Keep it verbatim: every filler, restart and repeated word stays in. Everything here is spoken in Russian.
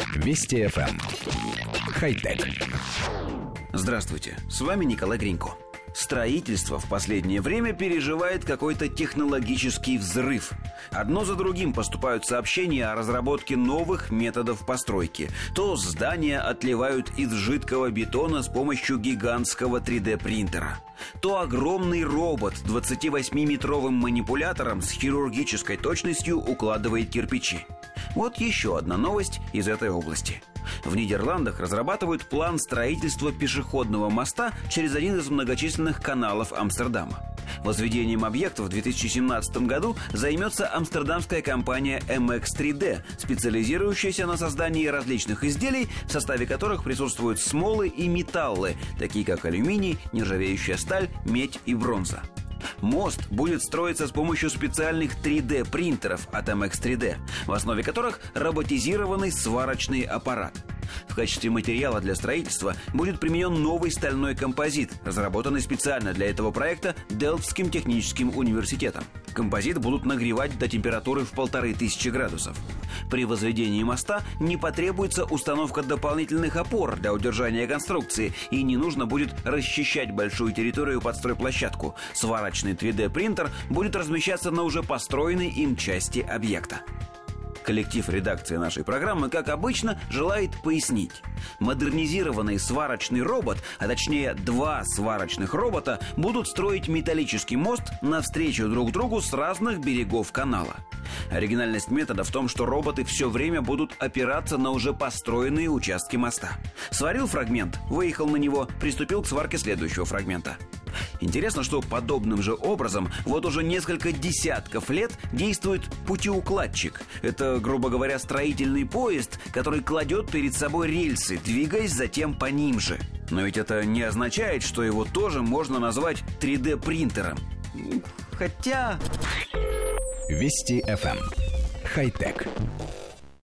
Вести эф эм. Хай-тек. Здравствуйте, с вами Николай Гринько. Строительство в последнее время переживает какой-то технологический взрыв. Одно за другим поступают сообщения о разработке новых методов постройки. То здания отливают из жидкого бетона с помощью гигантского три дэ принтера. То огромный робот двадцативосьмиметровым манипулятором с хирургической точностью укладывает кирпичи. Вот еще одна новость из этой области. В Нидерландах разрабатывают план строительства пешеходного моста через один из многочисленных каналов Амстердама. Возведением объекта в две тысячи семнадцатом году займется амстердамская компания эм икс три дэ, специализирующаяся на создании различных изделий, в составе которых присутствуют смолы и металлы, такие как алюминий, нержавеющая сталь, медь и бронза. Мост будет строиться с помощью специальных три дэ принтеров от эм икс три дэ, в основе которых роботизированный сварочный аппарат. В качестве материала для строительства будет применен новый стальной композит, разработанный специально для этого проекта Делфтским техническим университетом. Композит будут нагревать до температуры в полторы тысячи градусов. При возведении моста не потребуется установка дополнительных опор для удержания конструкции, и не нужно будет расчищать большую территорию под стройплощадку. Сварочный три дэ принтер будет размещаться на уже построенной им части объекта. Коллектив редакции нашей программы, как обычно, желает пояснить. Модернизированный сварочный робот, а точнее два сварочных робота, будут строить металлический мост навстречу друг другу с разных берегов канала. Оригинальность метода в том, что роботы все время будут опираться на уже построенные участки моста. Сварил фрагмент, выехал на него, приступил к сварке следующего фрагмента. Интересно, что подобным же образом вот уже несколько десятков лет действует путеукладчик. Это, грубо говоря, строительный поезд, который кладет перед собой рельсы, двигаясь затем по ним же. Но ведь это не означает, что его тоже можно назвать три дэ принтером. Хотя... Вести эф эм. Хай-тек.